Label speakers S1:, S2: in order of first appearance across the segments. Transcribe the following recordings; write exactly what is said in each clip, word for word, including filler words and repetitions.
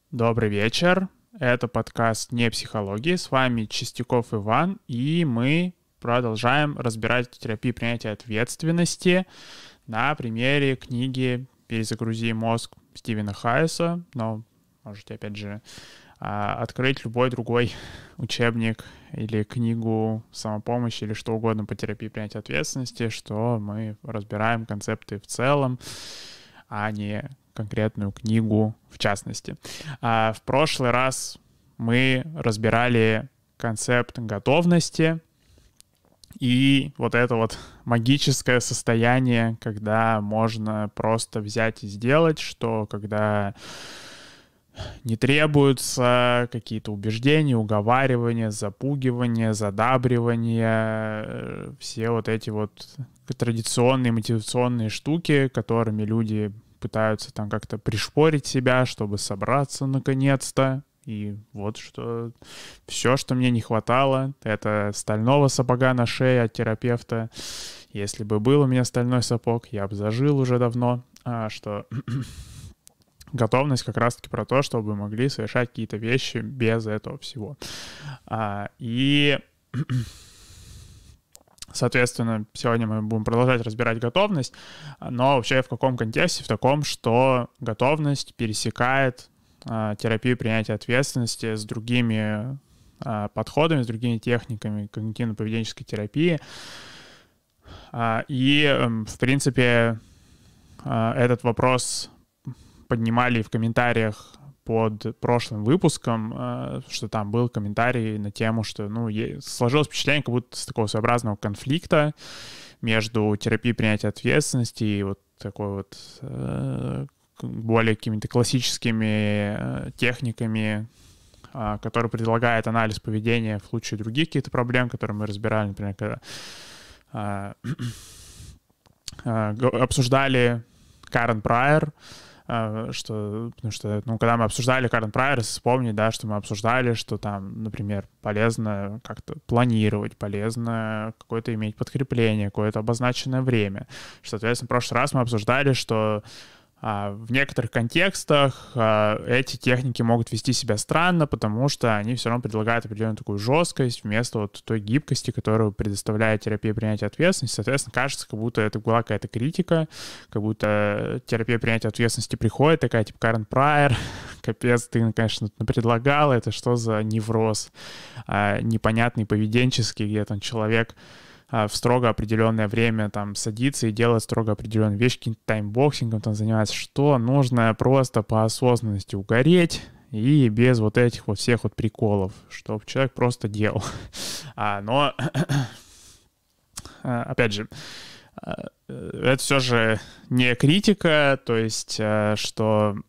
S1: Добрый вечер. Это подкаст «Не психологии». С вами Чистяков Иван, и мы продолжаем разбирать терапию принятия ответственности на примере книги «Перезагрузи мозг» Стивена Хайеса. Но можете, опять же, открыть любой другой учебник или книгу самопомощи или что угодно по терапии принятия ответственности, что мы разбираем концепты в целом, а не конкретную книгу в частности. А в прошлый раз мы разбирали концепт готовности и вот это вот магическое состояние, когда можно просто взять и сделать, что когда не требуются какие-то убеждения, уговаривания, запугивания, задабривания, все вот эти вот традиционные мотивационные штуки, которыми люди пытаются там как-то пришпорить себя, чтобы собраться наконец-то. И вот что все, что мне не хватало, это стального сапога на шее от терапевта. Если бы был у меня стальной сапог, я бы зажил уже давно. А что готовность как раз-таки про то, чтобы мы могли совершать какие-то вещи без этого всего. А, и... Соответственно, сегодня мы будем продолжать разбирать готовность, но вообще в каком контексте? В таком, что готовность пересекает а, терапию принятия ответственности с другими а, подходами, с другими техниками когнитивно-поведенческой терапии. А, и, в принципе, а, этот вопрос поднимали в комментариях под прошлым выпуском, что там был комментарий на тему, что ну, сложилось впечатление как будто с такого своеобразного конфликта между терапией принятия ответственности и вот такой вот более какими-то классическими техниками, которые предлагают анализ поведения в случае других каких-то проблем, которые мы разбирали, например, когда обсуждали Карен Прайер, что, потому что, ну, когда мы обсуждали Карен Прайер, вспомнить, да, что мы обсуждали, что там, например, полезно как-то планировать, полезно какое-то иметь подкрепление, какое-то обозначенное время. Соответственно, в прошлый раз мы обсуждали, что а, в некоторых контекстах а, эти техники могут вести себя странно, потому что они все равно предлагают определенную такую жесткость вместо вот той гибкости, которую предоставляет терапия принятия ответственности. Соответственно, кажется, как будто это была какая-то критика, как будто терапия принятия ответственности приходит, такая типа Карен Прайер, капец, ты, конечно, предлагала, это что за невроз а, непонятный поведенческий, где там человек в строго определенное время там садится и делает строго определенные вещи, каким-то таймбоксингом там занимается, что нужно просто по осознанности угореть и без вот этих вот всех вот приколов, чтобы человек просто делал. А, но, опять же, это все же не критика, то есть, что...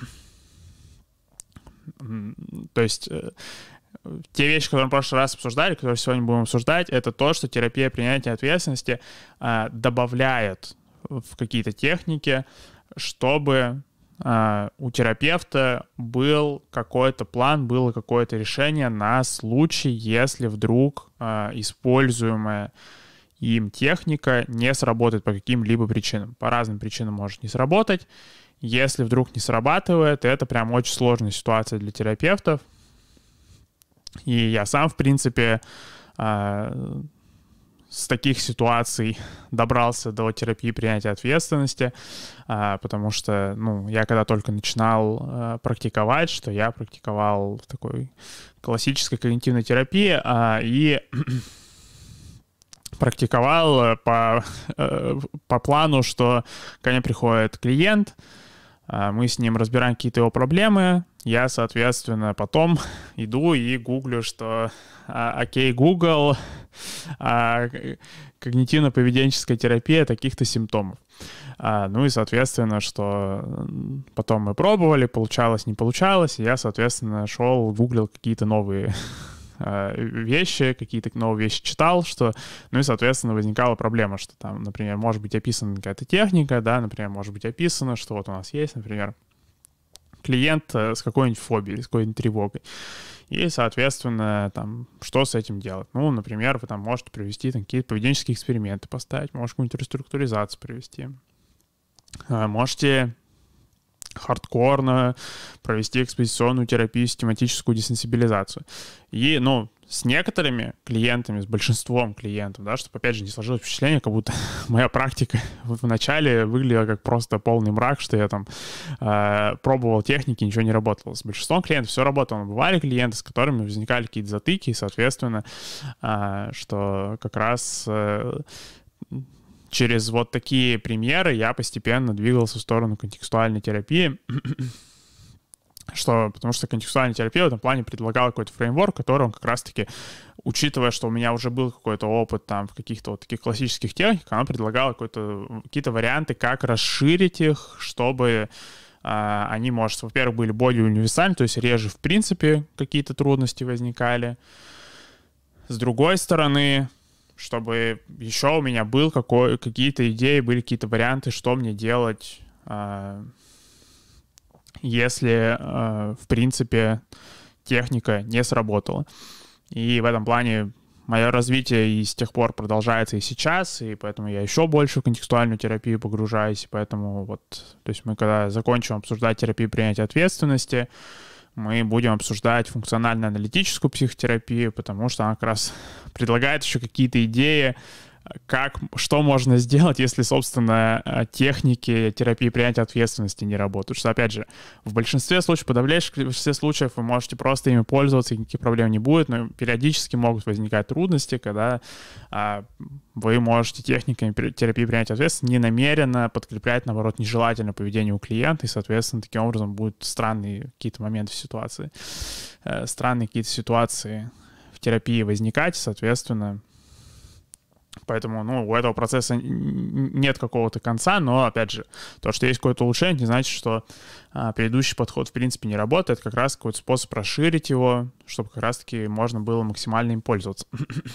S1: То есть... Те вещи, которые мы в прошлый раз обсуждали, которые сегодня будем обсуждать, это то, что терапия принятия ответственности а, добавляет в какие-то техники, чтобы а, у терапевта был какой-то план, было какое-то решение на случай, если вдруг а, используемая им техника не сработает по каким-либо причинам. По разным причинам может не сработать. Если вдруг не срабатывает, это прям очень сложная ситуация для терапевтов. И я сам, в принципе, с таких ситуаций добрался до терапии принятия ответственности, потому что, ну, я когда только начинал практиковать, что я практиковал в такой классической когнитивной терапии и практиковал по, по плану, что ко мне приходит клиент, мы с ним разбираем какие-то его проблемы, я, соответственно, потом иду и гуглю, что окей, Google, когнитивно-поведенческая терапия таких-то симптомов. Ну и, соответственно, что потом мы пробовали, получалось, не получалось, и я, соответственно, шел, гуглил какие-то новые вещи, какие-то новые вещи читал, что, ну и, соответственно, возникала проблема, что там, например, может быть описана какая-то техника, да, например, может быть описано, что вот у нас есть, например, клиент с какой-нибудь фобией, с какой-нибудь тревогой. И, соответственно, там, что с этим делать? Ну, например, вы там можете провести там, какие-то поведенческие эксперименты поставить, можете какую-нибудь реструктуризацию провести. Можете хардкорно провести экспозиционную терапию, систематическую десенсибилизацию. И, ну, с некоторыми клиентами, с большинством клиентов, да, чтобы, опять же, не сложилось впечатление, как будто моя практика вот в начале выглядела как просто полный мрак, что я там э, пробовал техники, ничего не работало. С большинством клиентов все работало. Но бывали клиенты, с которыми возникали какие-то затыки, и, соответственно, э, что как раз э, через вот такие примеры я постепенно двигался в сторону контекстуальной терапии. Что, потому что контекстуальная терапия в этом плане предлагала какой-то фреймворк, который он как раз-таки, учитывая, что у меня уже был какой-то опыт там в каких-то вот таких классических техниках, она предлагала какие-то варианты, как расширить их, чтобы а, они, может, во-первых, были более универсальны, то есть реже, в принципе, какие-то трудности возникали. С другой стороны, чтобы еще у меня был какой, какие-то идеи, были какие-то варианты, что мне делать, а, если, э, в принципе, техника не сработала. И в этом плане мое развитие и с тех пор продолжается и сейчас, и поэтому я еще больше в контекстуальную терапию погружаюсь, и поэтому вот, то есть мы когда закончим обсуждать терапию принятия ответственности, мы будем обсуждать функционально-аналитическую психотерапию, потому что она как раз предлагает еще какие-то идеи, как, что можно сделать, если, собственно, техники терапии принятия ответственности не работают. Что, опять же, в большинстве случаев, в подавляющем большинстве случаев вы можете просто ими пользоваться, и никаких проблем не будет, но периодически могут возникать трудности, когда а, вы можете техниками терапии принятия ответственности ненамеренно подкреплять, наоборот, нежелательное поведение у клиента, и, соответственно, таким образом будут странные какие-то моменты в ситуации, э, странные какие-то ситуации в терапии возникать, соответственно, поэтому, ну, у этого процесса нет какого-то конца, но, опять же, то, что есть какое-то улучшение, не значит, что а, предыдущий подход, в принципе, не работает. Как раз какой-то способ расширить его, чтобы как раз-таки можно было максимально им пользоваться.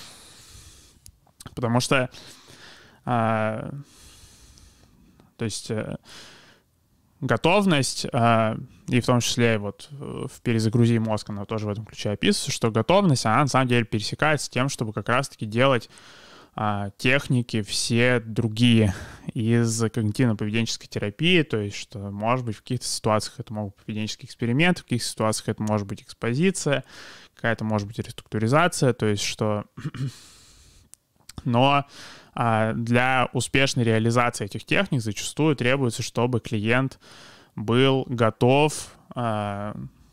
S1: Потому что, а, то есть, а, готовность, а, и в том числе вот в «Перезагрузи мозг», она тоже в этом ключе описывается, что готовность, она на самом деле пересекается с тем, чтобы как раз-таки делать техники все другие из когнитивно-поведенческой терапии, то есть что, может быть, в каких-то ситуациях это могут быть поведенческие эксперименты, в каких-то ситуациях это может быть экспозиция, какая-то может быть реструктуризация, то есть что... Но а, для успешной реализации этих техник зачастую требуется, чтобы клиент был готов а,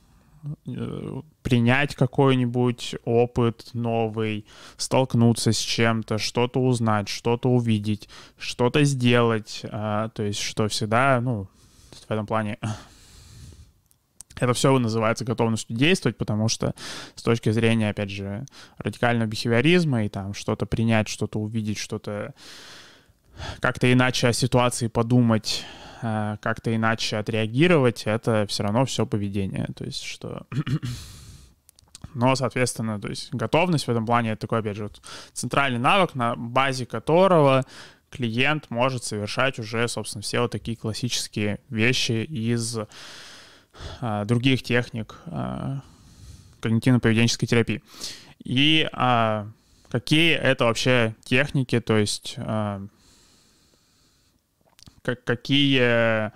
S1: принять какой-нибудь опыт новый, столкнуться с чем-то, что-то узнать, что-то увидеть, что-то сделать. А, то есть что всегда, ну, в этом плане... Это все называется готовностью действовать, потому что с точки зрения, опять же, радикального бихевиоризма и там что-то принять, что-то увидеть, что-то как-то иначе о ситуации подумать, как-то иначе отреагировать, это все равно все поведение. То есть что... Но, соответственно, то есть готовность в этом плане — это такой, опять же, вот центральный навык, на базе которого клиент может совершать уже, собственно, все вот такие классические вещи из... других техник а, когнитивно-поведенческой терапии. И а, какие это вообще техники, то есть а, как, какие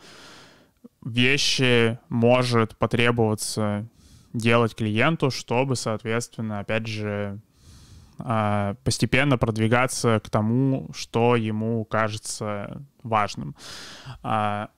S1: вещи может потребоваться делать клиенту, чтобы, соответственно, опять же, а, постепенно продвигаться к тому, что ему кажется важным. А,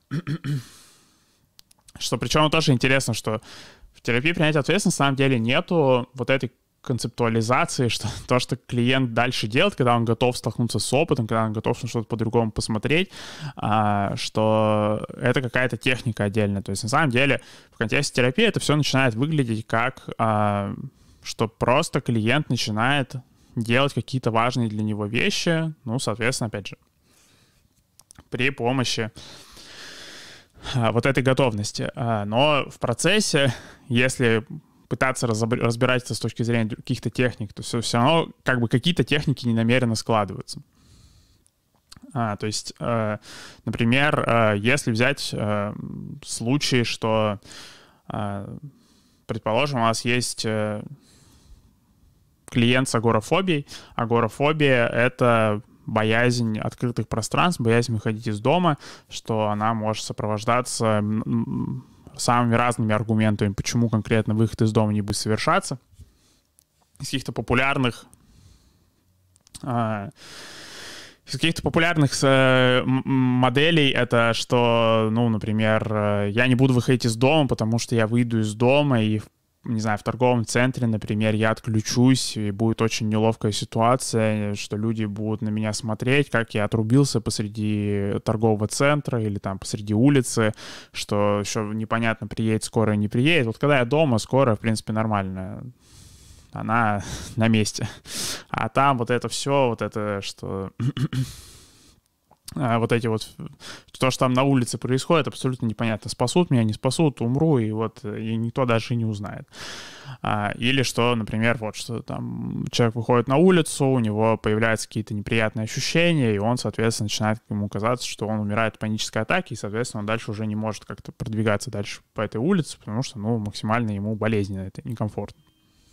S1: Что причем тоже интересно, что в терапии принятия ответственности на самом деле нету вот этой концептуализации, что то, что клиент дальше делает, когда он готов столкнуться с опытом, когда он готов что-то по-другому посмотреть, а, что это какая-то техника отдельная. То есть на самом деле в контексте терапии это все начинает выглядеть как, а, что просто клиент начинает делать какие-то важные для него вещи, ну, соответственно, опять же, при помощи вот этой готовности. Но в процессе, если пытаться разбирать это с точки зрения каких-то техник, то все, все равно как бы какие-то техники ненамеренно складываются. А, то есть, э, например, э, если взять э, случай, что, э, предположим, у вас есть э, клиент с агорафобией. Агорафобия — это боязнь открытых пространств, боязнь выходить из дома, что она может сопровождаться самыми разными аргументами, почему конкретно выход из дома не будет совершаться. Из каких-то популярных из каких-то популярных моделей это, что, ну, например, я не буду выходить из дома, потому что я выйду из дома и, не знаю, в торговом центре, например, я отключусь, и будет очень неловкая ситуация, что люди будут на меня смотреть, как я отрубился посреди торгового центра или там посреди улицы, что еще непонятно, приедет скорая, не приедет. Вот когда я дома, скорая, в принципе, нормальная. Она на месте. А там вот это все, вот это, что... вот эти вот... То, что там на улице происходит, абсолютно непонятно. Спасут меня, не спасут, умру, и вот и никто даже не узнает. Или что, например, вот что там человек выходит на улицу, у него появляются какие-то неприятные ощущения, и он, соответственно, начинает ему казаться, что он умирает от панической атаки, и, соответственно, он дальше уже не может как-то продвигаться дальше по этой улице, потому что, ну, максимально ему болезненно, это некомфортно.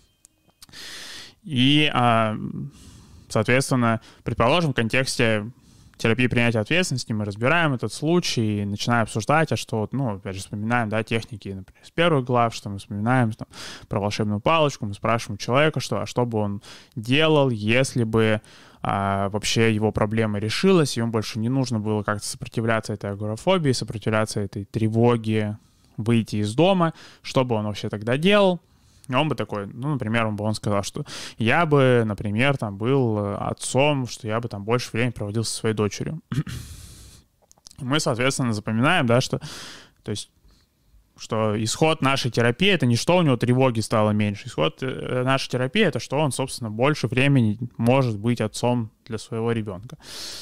S1: И, соответственно, предположим, в контексте терапии принятия ответственности мы разбираем этот случай и начинаем обсуждать, а что, ну, опять же, вспоминаем, да, техники, например, с первых глав, что мы вспоминаем там, про волшебную палочку, мы спрашиваем человека, что, а что бы он делал, если бы а, вообще его проблема решилась, и ему больше не нужно было как-то сопротивляться этой агорафобии, сопротивляться этой тревоге, выйти из дома, что бы он вообще тогда делал? И он бы такой, ну, например, он бы он сказал, что я бы, например, там был отцом, что я бы там больше времени проводил со своей дочерью. И мы, соответственно, запоминаем, да, что, то есть, что исход нашей терапии — это не что у него тревоги стало меньше. Исход нашей терапии — это что он, собственно, больше времени может быть отцом для своего ребенка.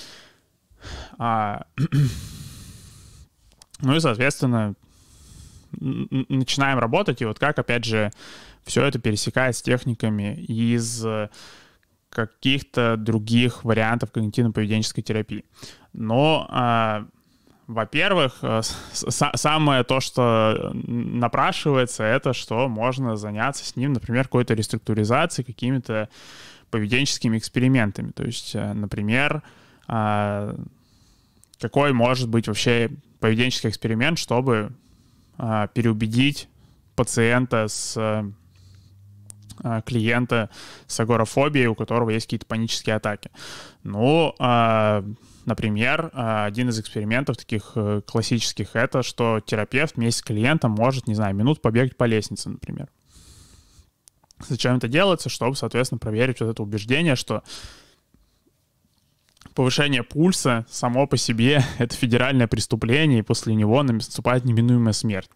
S1: А... Ну и, соответственно, начинаем работать, и вот как, опять же, все это пересекает с техниками из каких-то других вариантов когнитивно-поведенческой терапии. Но, э, во-первых, э, самое то, что напрашивается, это что можно заняться с ним, например, какой-то реструктуризацией, какими-то поведенческими экспериментами. То есть, э, например, э, какой может быть вообще поведенческий эксперимент, чтобы э, переубедить пациента с клиента с агорафобией, у которого есть какие-то панические атаки. Ну, например, один из экспериментов таких классических — это что терапевт вместе с клиентом может, не знаю, минут побегать по лестнице, например. Зачем это делается? Чтобы, соответственно, проверить вот это убеждение, что повышение пульса само по себе — это федеральное преступление, и после него наступает неминуемая смерть.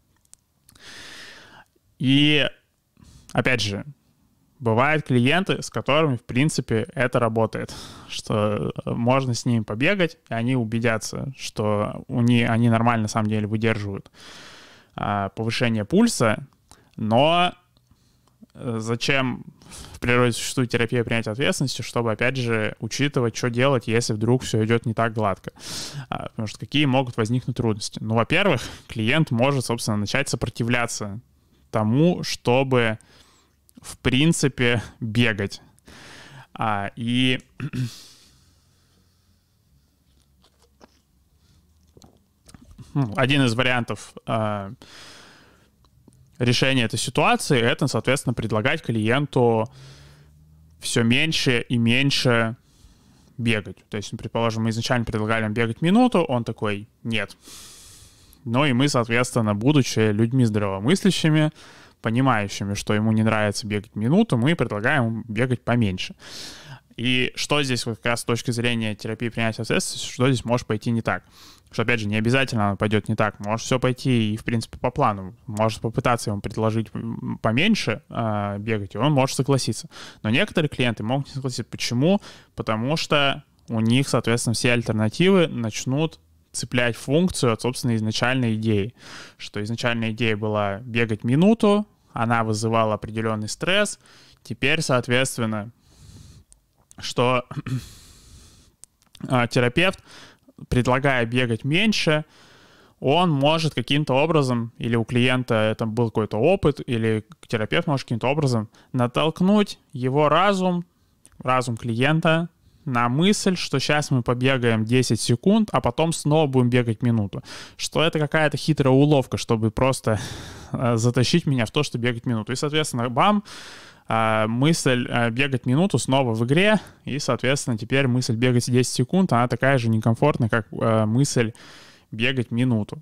S1: И опять же, бывают клиенты, с которыми, в принципе, это работает, что можно с ними побегать, и они убедятся, что у них, они нормально, на самом деле, выдерживают а, повышение пульса, но зачем в природе существует терапия принятия ответственности, чтобы, опять же, учитывать, что делать, если вдруг все идет не так гладко. А, потому что какие могут возникнуть трудности? Ну, во-первых, клиент может, собственно, начать сопротивляться тому, чтобы в принципе бегать. А, и один из вариантов а, решения этой ситуации — это, соответственно, предлагать клиенту все меньше и меньше бегать. То есть, предположим, мы изначально предлагали им бегать минуту, он такой: нет. Ну и мы, соответственно, будучи людьми здравомыслящими, понимающими, что ему не нравится бегать минуту, мы предлагаем ему бегать поменьше. И что здесь вот как раз с точки зрения терапии принятия ответственности, что здесь может пойти не так? Что, опять же, не обязательно оно пойдет не так. Может все пойти и, в принципе, по плану. Может попытаться ему предложить поменьше э, бегать, и он может согласиться. Но некоторые клиенты могут не согласиться. Почему? Потому что у них, соответственно, все альтернативы начнут цеплять функцию от, собственно, изначальной идеи. Что изначальная идея была бегать минуту, она вызывала определенный стресс. Теперь, соответственно, что терапевт, предлагая бегать меньше, он может каким-то образом, или у клиента это был какой-то опыт, или терапевт может каким-то образом натолкнуть его разум, разум клиента на мысль, что сейчас мы побегаем десять секунд, а потом снова будем бегать минуту. Что это какая-то хитрая уловка, чтобы просто э, затащить меня в то, что бегать минуту. И, соответственно, бам, э, мысль э, бегать минуту снова в игре, и, соответственно, теперь мысль бегать десять секунд, она такая же некомфортная, как э, мысль бегать минуту.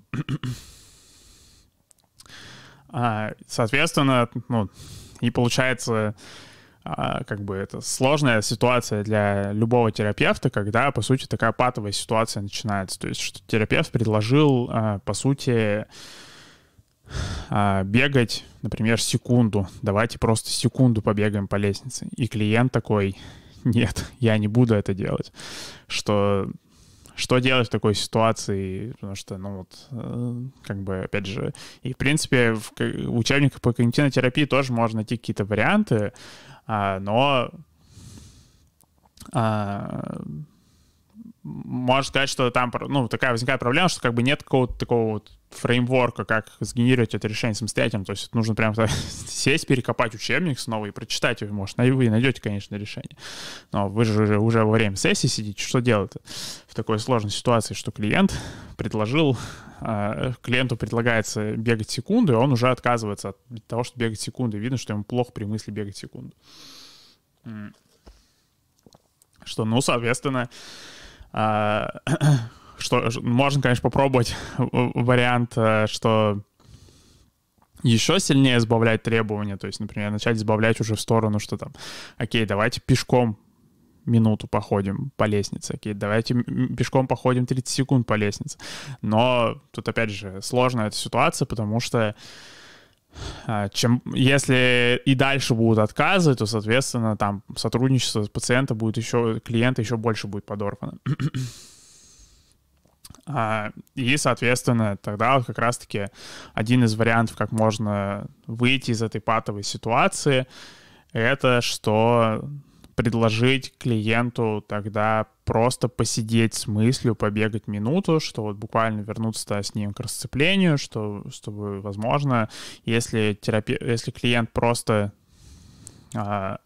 S1: э, соответственно, ну, и получается... как бы это сложная ситуация для любого терапевта, когда, по сути, такая патовая ситуация начинается. То есть, что терапевт предложил, по сути, бегать, например, секунду. Давайте просто секунду побегаем по лестнице. И клиент такой: нет, я не буду это делать. Что... Что делать в такой ситуации? Потому что, ну вот, как бы, опять же, и, в принципе, в учебниках по когнитивной терапии тоже можно найти какие-то варианты, но можно сказать, что там, ну, такая возникает проблема, что как бы нет какого-то такого вот фреймворка, как сгенерировать это решение самостоятельно. То есть нужно прям сесть, перекопать учебник снова и прочитать его. Может, вы найдете, конечно, решение. Но вы же уже, уже во время сессии сидите. Что делать в такой сложной ситуации, что клиент предложил, клиенту предлагается бегать секунду, и он уже отказывается от того, что бегать секунду. И видно, что ему плохо при мысли бегать секунду. Что, ну, соответственно, что можно, конечно, попробовать вариант, что еще сильнее сбавлять требования, то есть, например, начать сбавлять уже в сторону, что там, окей, давайте пешком минуту походим по лестнице, окей, давайте пешком походим тридцать секунд по лестнице. Но тут, опять же, сложная эта ситуация, потому что чем, если и дальше будут отказы, то, соответственно, там сотрудничество с пациентом будет еще, клиента еще больше будет подорвано. И, соответственно, тогда вот как раз-таки один из вариантов, как можно выйти из этой патовой ситуации, это что предложить клиенту тогда просто посидеть с мыслью, побегать минуту, что вот буквально вернуться с ним к расцеплению, что, чтобы, возможно, если, терапи... если клиент просто а,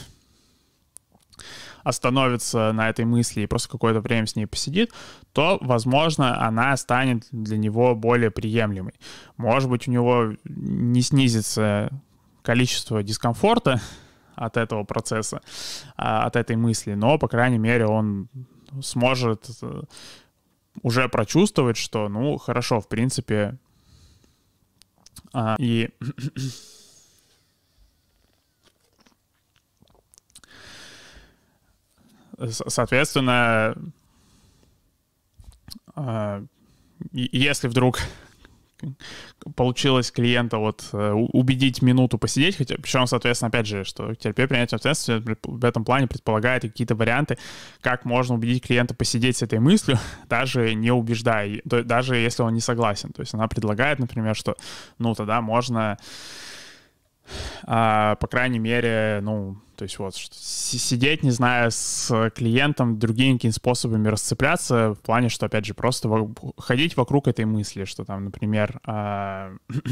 S1: остановится на этой мысли и просто какое-то время с ней посидит, то, возможно, она станет для него более приемлемой. Может быть, у него не снизится количество дискомфорта от этого процесса, от этой мысли, но, по крайней мере, он сможет уже прочувствовать, что, ну, хорошо, в принципе, и соответственно, если вдруг получилось клиента вот убедить минуту посидеть, хотя, причем, соответственно, опять же, что терапия принятия ответственности в этом плане предполагает какие-то варианты, как можно убедить клиента посидеть с этой мыслью, даже не убеждая, даже если он не согласен. То есть она предлагает, например, что, ну, тогда можно, а, по крайней мере, ну, то есть вот, что сидеть, не знаю, с клиентом другими какими-то способами расцепляться, в плане, что, опять же, просто ходить вокруг этой мысли, что там, например, а,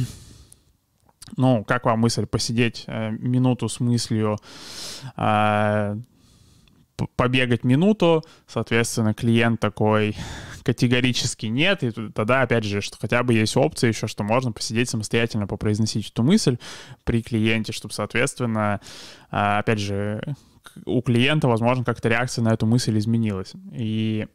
S1: ну, как вам мысль посидеть а, минуту с мыслью, а, побегать минуту, соответственно, клиент такой категорически нет, и тогда, опять же, что хотя бы есть опция еще, что можно посидеть самостоятельно, попроизносить эту мысль при клиенте, чтобы, соответственно, опять же, у клиента, возможно, как-то реакция на эту мысль изменилась. И,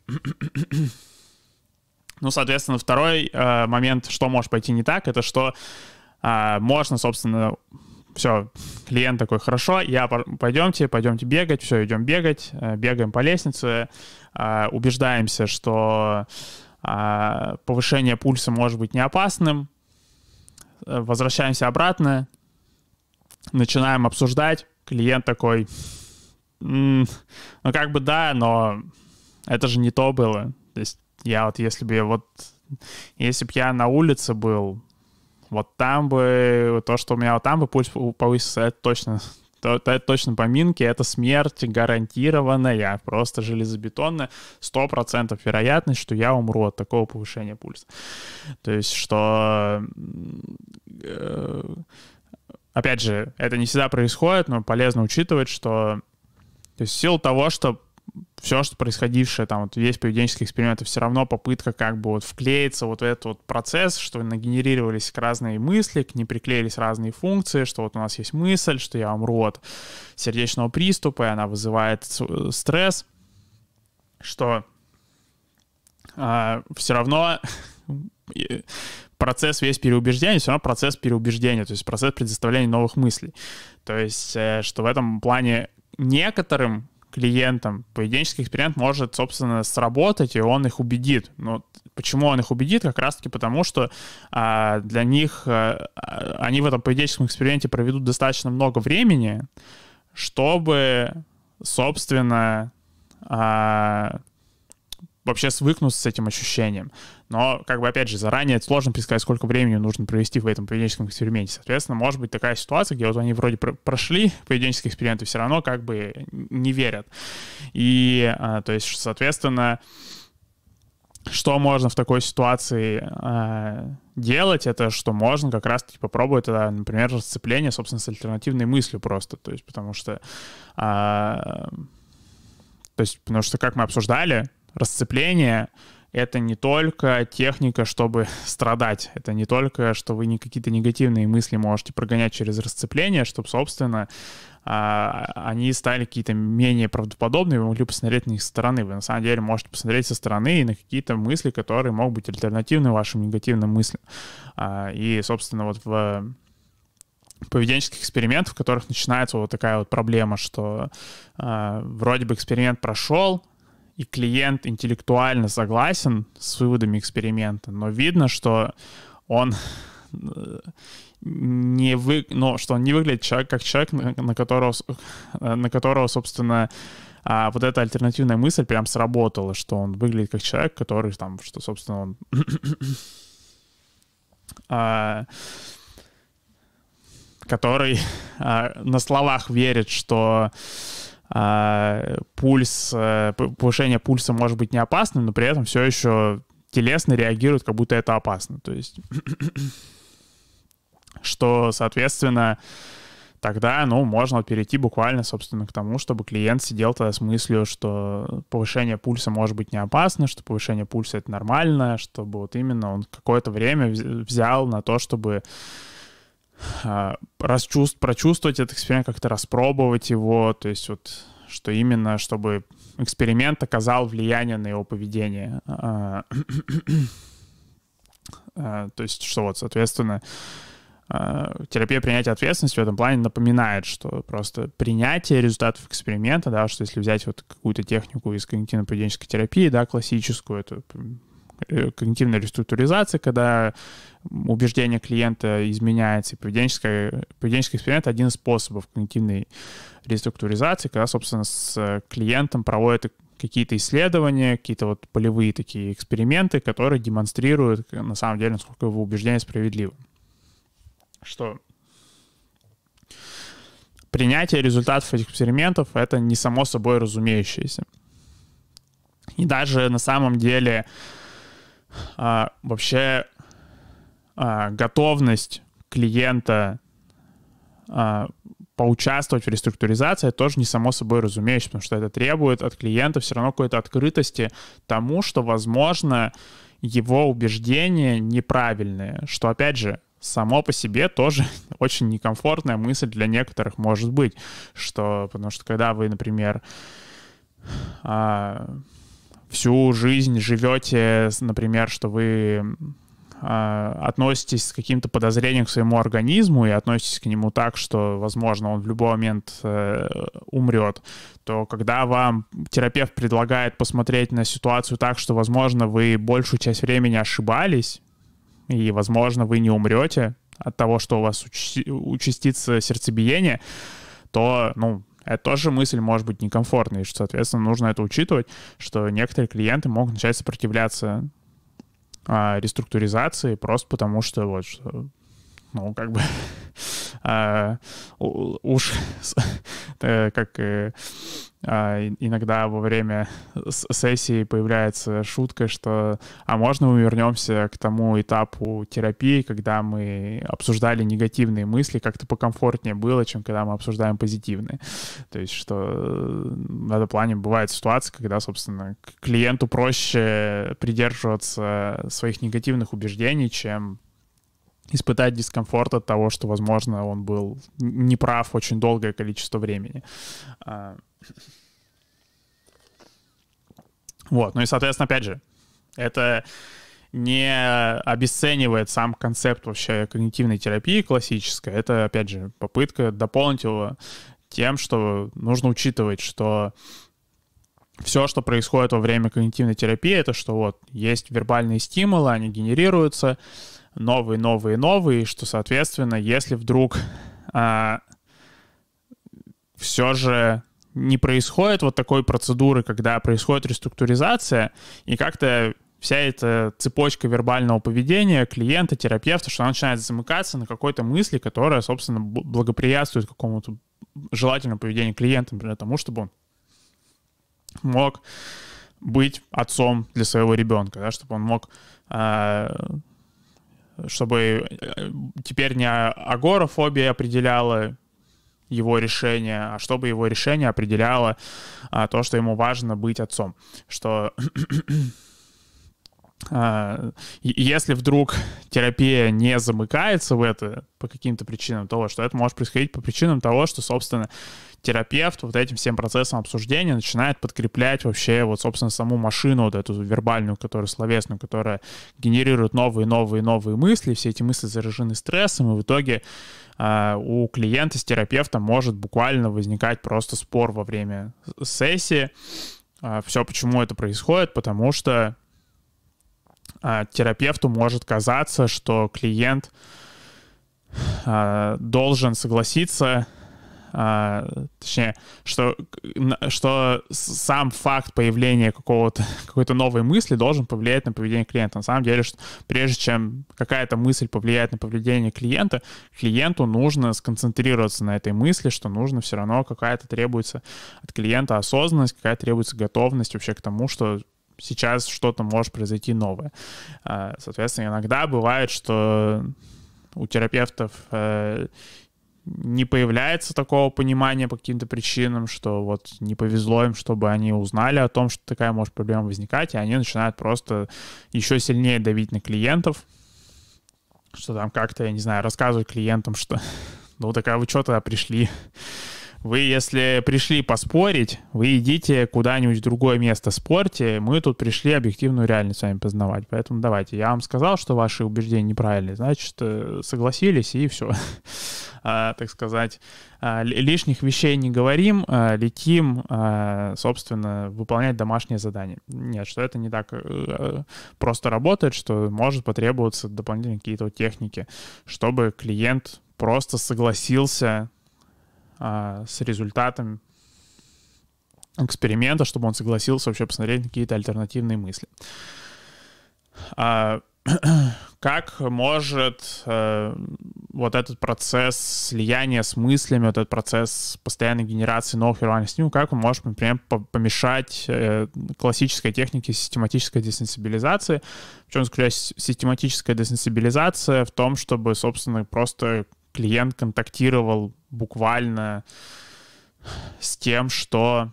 S1: ну, соответственно, второй момент, что может пойти не так, это что можно, собственно, все, клиент такой: хорошо, я пойдемте, пойдемте бегать, все, идем бегать, бегаем по лестнице, убеждаемся, что повышение пульса может быть не опасным, возвращаемся обратно, начинаем обсуждать, клиент такой: ну, как бы да, но это же не то было. То есть я вот, если бы вот, если бы я на улице был, вот там бы, то, что у меня вот там бы пульс повысился, это точно, то, это точно поминки, это смерть гарантированная, просто железобетонная, сто процентов вероятность, что я умру от такого повышения пульса. То есть, что, э, опять же, это не всегда происходит, но полезно учитывать, что, то есть, в силу того, что все, что происходившее, там, вот весь поведенческий эксперимент, это все равно попытка как бы вот вклеиться вот в этот вот процесс, что нагенерировались разные мысли, к ним приклеились разные функции, что вот у нас есть мысль, что я умру от сердечного приступа, и она вызывает стресс, что а, все равно процесс весь переубеждения, все равно процесс переубеждения, то есть процесс предоставления новых мыслей. То есть, что в этом плане некоторым клиентам поведенческий эксперимент может, собственно, сработать, и он их убедит. Но почему он их убедит? Как раз-таки потому, что а, для них а, они в этом поведенческом эксперименте проведут достаточно много времени, чтобы, собственно, а, вообще свыкнуться с этим ощущением. Но, как бы, опять же, заранее сложно предсказать, сколько времени нужно провести в этом поведенческом эксперименте. Соответственно, может быть такая ситуация, где вот они вроде прошли поведенческий эксперимент и все равно как бы не верят. И, а, то есть, соответственно, что можно в такой ситуации а, делать, это что можно как раз-таки попробовать, это, например, расцепление, собственно, с альтернативной мыслью просто. То есть, потому что... А, то есть, потому что, как мы обсуждали, расцепление — это не только техника, чтобы страдать, это не только, что вы не какие-то негативные мысли можете прогонять через расцепление, чтобы, собственно, они стали какие-то менее правдоподобные, вы могли посмотреть на их со стороны. Вы на самом деле можете посмотреть со стороны и на какие-то мысли, которые могут быть альтернативны вашим негативным мыслям. И, собственно, вот в поведенческих экспериментах, в которых начинается вот такая вот проблема, что вроде бы эксперимент прошел, и клиент интеллектуально согласен с выводами эксперимента, но видно, что он не, вы, ну, что он не выглядит человек, как человек, на, на, которого, на которого, собственно, а, вот эта альтернативная мысль прям сработала, что он выглядит как человек, который там, что, собственно, он... а, который а, на словах верит, что пульс, повышение пульса может быть не опасным, но при этом все еще телесно реагирует, как будто это опасно. То есть, что, соответственно, тогда, ну, можно перейти буквально, собственно, к тому, чтобы клиент сидел тогда с мыслью, что повышение пульса может быть не опасно, что повышение пульса — это нормально, чтобы вот именно он какое-то время взял на то, чтобы расчувств, прочувствовать этот эксперимент, как-то распробовать его, то есть вот, что именно, чтобы эксперимент оказал влияние на его поведение. То есть, что вот, соответственно, терапия принятия ответственности в этом плане напоминает, что просто принятие результатов эксперимента, да, что если взять вот какую-то технику из когнитивно-поведенческой терапии, да, классическую, это когнитивная реструктуризация, когда убеждение клиента изменяется, и поведенческий, поведенческий эксперимент — один из способов когнитивной реструктуризации, когда, собственно, с клиентом проводят какие-то исследования, какие-то вот полевые такие эксперименты, которые демонстрируют, на самом деле, насколько его убеждение справедливо. Что принятие результатов этих экспериментов — это не само собой разумеющееся. И даже на самом деле а, вообще а, готовность клиента а, поучаствовать в реструктуризации тоже не само собой разумеющееся, потому что это требует от клиента все равно какой-то открытости тому, что, возможно, его убеждения неправильные, что, опять же, само по себе тоже очень некомфортная мысль для некоторых может быть, что, потому что когда вы, например, а, всю жизнь живете, например, что вы э, относитесь с каким-то подозрением к своему организму и относитесь к нему так, что, возможно, он в любой момент э, умрет, то когда вам терапевт предлагает посмотреть на ситуацию так, что, возможно, вы большую часть времени ошибались, и, возможно, вы не умрете от того, что у вас учи- участится сердцебиение, то, ну, это тоже мысль может быть некомфортной, что, соответственно, нужно это учитывать, что некоторые клиенты могут начать сопротивляться а, реструктуризации просто потому, что вот, что, ну, как бы э, уж как иногда во время сессии появляется шутка, что а можно мы вернемся к тому этапу терапии, когда мы обсуждали негативные мысли, как-то покомфортнее было, чем когда мы обсуждаем позитивные. То есть что в этом плане бывает ситуация, когда, собственно, клиенту проще придерживаться своих негативных убеждений, чем испытать дискомфорт от того, что, возможно, он был неправ очень долгое количество времени. Вот, ну и, соответственно, опять же, это не обесценивает сам концепт вообще когнитивной терапии классической. Это, опять же, попытка дополнить его тем, что нужно учитывать, что все, что происходит во время когнитивной терапии, это что вот есть вербальные стимулы, они генерируются, новые, новые, новые, что, соответственно, если вдруг а, все же не происходит вот такой процедуры, когда происходит реструктуризация, и как-то вся эта цепочка вербального поведения клиента, терапевта, что она начинает замыкаться на какой-то мысли, которая, собственно, благоприятствует какому-то желательному поведению клиента, например, тому, чтобы он мог быть отцом для своего ребенка, да, чтобы он мог... А, чтобы теперь не агорафобия определяла его решение, а чтобы его решение определяло а, то, что ему важно быть отцом. Что а, если вдруг терапия не замыкается в это по каким-то причинам того, что это может происходить по причинам того, что, собственно, терапевт вот этим всем процессом обсуждения начинает подкреплять вообще вот, собственно, саму машину вот эту вербальную, которая словесную, которая генерирует новые, новые, новые мысли, все эти мысли заражены стрессом, и в итоге э, у клиента с терапевтом может буквально возникать просто спор во время сессии. Э, все, почему это происходит? Потому что э, терапевту может казаться, что клиент э, должен согласиться, А, точнее, что, что сам факт появления какого-то, какой-то новой мысли должен повлиять на поведение клиента. На самом деле, что прежде чем какая-то мысль повлияет на поведение клиента, клиенту нужно сконцентрироваться на этой мысли, что нужно все равно какая-то требуется от клиента осознанность, какая-то требуется готовность вообще к тому, что сейчас что-то может произойти новое. А, соответственно, иногда бывает, что у терапевтов не появляется такого понимания по каким-то причинам, что вот не повезло им, чтобы они узнали о том, что такая может проблема возникать, и они начинают просто еще сильнее давить на клиентов, что там как-то, я не знаю, рассказывать клиентам, что ну так а вы что тогда пришли? Вы, если пришли поспорить, вы идите куда-нибудь в другое место спорьте, мы тут пришли объективную реальность с вами познавать. Поэтому давайте, я вам сказал, что ваши убеждения неправильные, значит, согласились, и все. А, так сказать, а, лишних вещей не говорим, а, летим, а, собственно, выполнять домашнее задание. Нет, что это не так а, просто работает, что может потребоваться дополнительные какие-то вот техники, чтобы клиент просто согласился с результатом эксперимента, чтобы он согласился вообще посмотреть на какие-то альтернативные мысли. Как может э, вот этот процесс слияния с мыслями, вот этот процесс постоянной генерации новых вербальных стимулов, как он может, например, помешать э, классической технике систематической десенсибилизации? В чем заключается систематическая десенсибилизация? В том, чтобы, собственно, просто клиент контактировал буквально с тем, что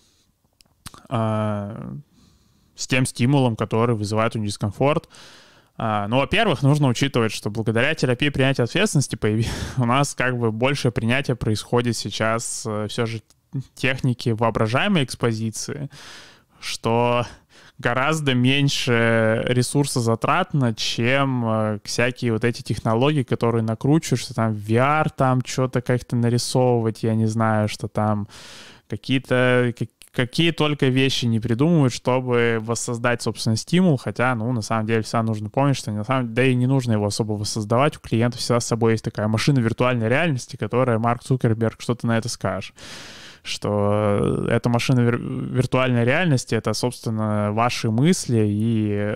S1: э, с тем стимулом, который вызывает у него дискомфорт. Uh, ну, во-первых, нужно учитывать, что благодаря терапии принятия ответственности появи... у нас как бы большее принятие происходит сейчас uh, все же техники воображаемой экспозиции, что гораздо меньше ресурсозатратно, чем uh, всякие вот эти технологии, которые накручивают, что там ви ар, там что-то как-то нарисовывать, я не знаю, что там какие-то... Какие только вещи не придумывают, чтобы воссоздать, собственно, стимул, хотя, ну, на самом деле, всегда нужно помнить, что на самом деле, да и не нужно его особо воссоздавать, у клиента всегда с собой есть такая машина виртуальной реальности, которая Марк Цукерберг что-то на это скажет, что эта машина вир- виртуальной реальности — это, собственно, ваши мысли и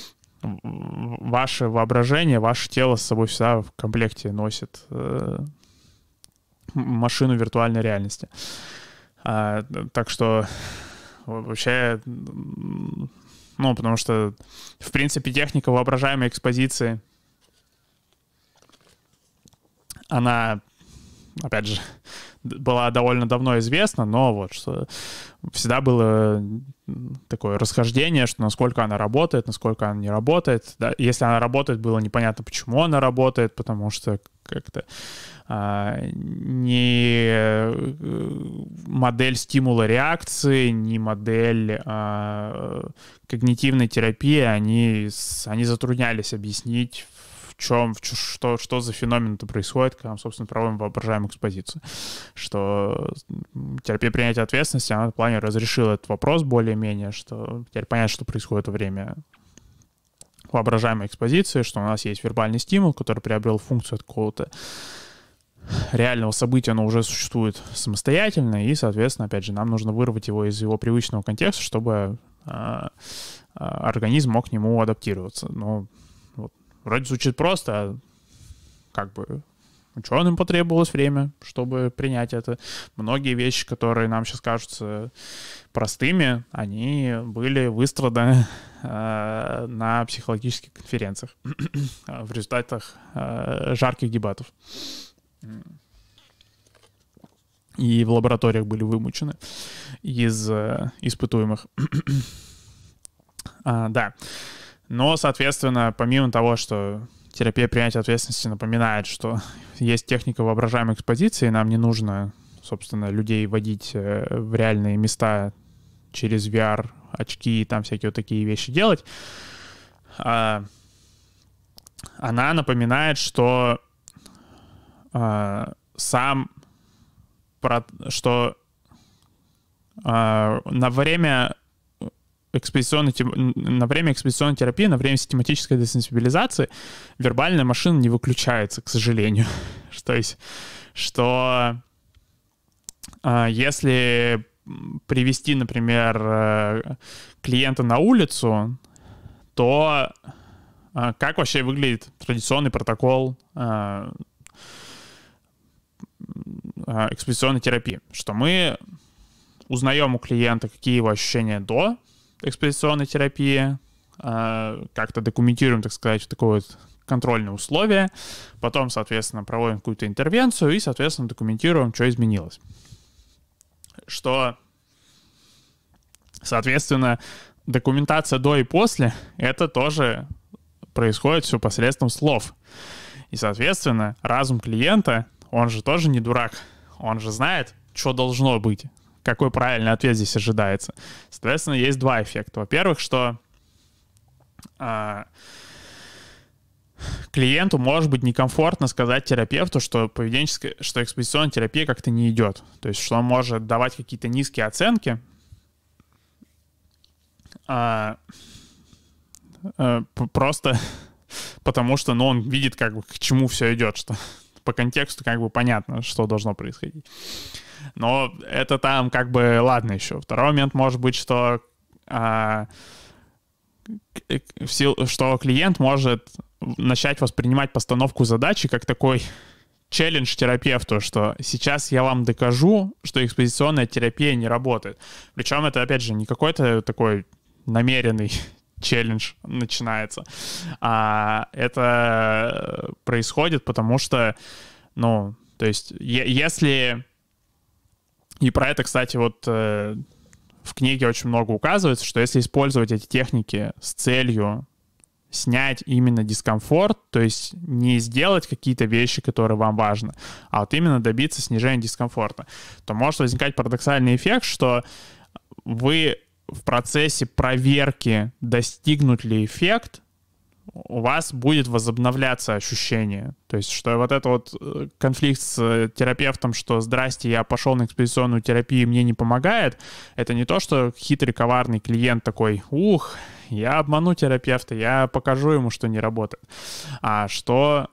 S1: ваше воображение, ваше тело с собой всегда в комплекте носит машину виртуальной реальности. А, так что вообще, ну, потому что, в принципе, техника воображаемой экспозиции, она, опять же, была довольно давно известна, но вот что всегда было такое расхождение, что насколько она работает, насколько она не работает. Да? Если она работает, было непонятно, почему она работает, потому что как-то а, ни модель стимула реакции, ни модель а, когнитивной терапии, они, они затруднялись объяснить, в чем, в, что, что за феномен-то происходит, когда мы, собственно, проводим воображаемую экспозицию. Что терапия принятия ответственности, она в плане разрешила этот вопрос более-менее, что теперь понятно, что происходит во время воображаемой экспозиции, что у нас есть вербальный стимул, который приобрел функцию какого-то реального события, оно уже существует самостоятельно, и, соответственно, опять же, нам нужно вырвать его из его привычного контекста, чтобы а, а, организм мог к нему адаптироваться. Но вот, вроде звучит просто, а как бы ученым потребовалось время, чтобы принять это. Многие вещи, которые нам сейчас кажутся простыми, они были выстраданы э, на психологических конференциях в результатах э, жарких дебатов. И в лабораториях были вымучены из э, испытуемых. а, да. Но, соответственно, помимо того, что терапия принятия ответственности напоминает, что есть техника воображаемой экспозиции, нам не нужно, собственно, людей вводить в реальные места через ви ар, очки и там всякие вот такие вещи делать. Она напоминает, что сам, что на время экспозиционной, на время экспозиционной терапии, на время систематической десенсибилизации вербальная машина не выключается, к сожалению. То есть, что э, если привести, например, клиента на улицу, то э, как вообще выглядит традиционный протокол э, э, экспозиционной терапии? Что мы узнаем у клиента, какие его ощущения до экспозиционной терапии, как-то документируем, так сказать, в такое вот контрольное условие, потом, соответственно, проводим какую-то интервенцию и, соответственно, документируем, что изменилось. Что, соответственно, документация до и после, это тоже происходит все посредством слов. И, соответственно, разум клиента, он же тоже не дурак, он же знает, что должно быть, какой правильный ответ здесь ожидается. Соответственно, есть два эффекта. Во-первых, что а, клиенту может быть некомфортно сказать терапевту, что поведенческая, что экспозиционная терапия как-то не идет. То есть, что он может давать какие-то низкие оценки, а, а, просто потому что, ну, он видит, как бы, к чему все идет, что по контексту как бы понятно, что должно происходить. Но это там как бы ладно еще. Второй момент может быть, что, а, в сил, что клиент может начать воспринимать постановку задачи как такой челлендж терапевту, что сейчас я вам докажу, что экспозиционная терапия не работает. Причем это, опять же, не какой-то такой намеренный челлендж начинается, а это происходит потому что, ну, то есть е- если... И про это, кстати, вот э, в книге очень много указывается, что если использовать эти техники с целью снять именно дискомфорт, то есть не сделать какие-то вещи, которые вам важны, а вот именно добиться снижения дискомфорта, то может возникать парадоксальный эффект, что вы в процессе проверки, достигнут ли эффект, у вас будет возобновляться ощущение. То есть, что вот это вот конфликт с терапевтом, что «здрасте, я пошел на экспозиционную терапию, мне не помогает», это не то, что хитрый, коварный клиент такой «ух, я обману терапевта, я покажу ему, что не работает», а что,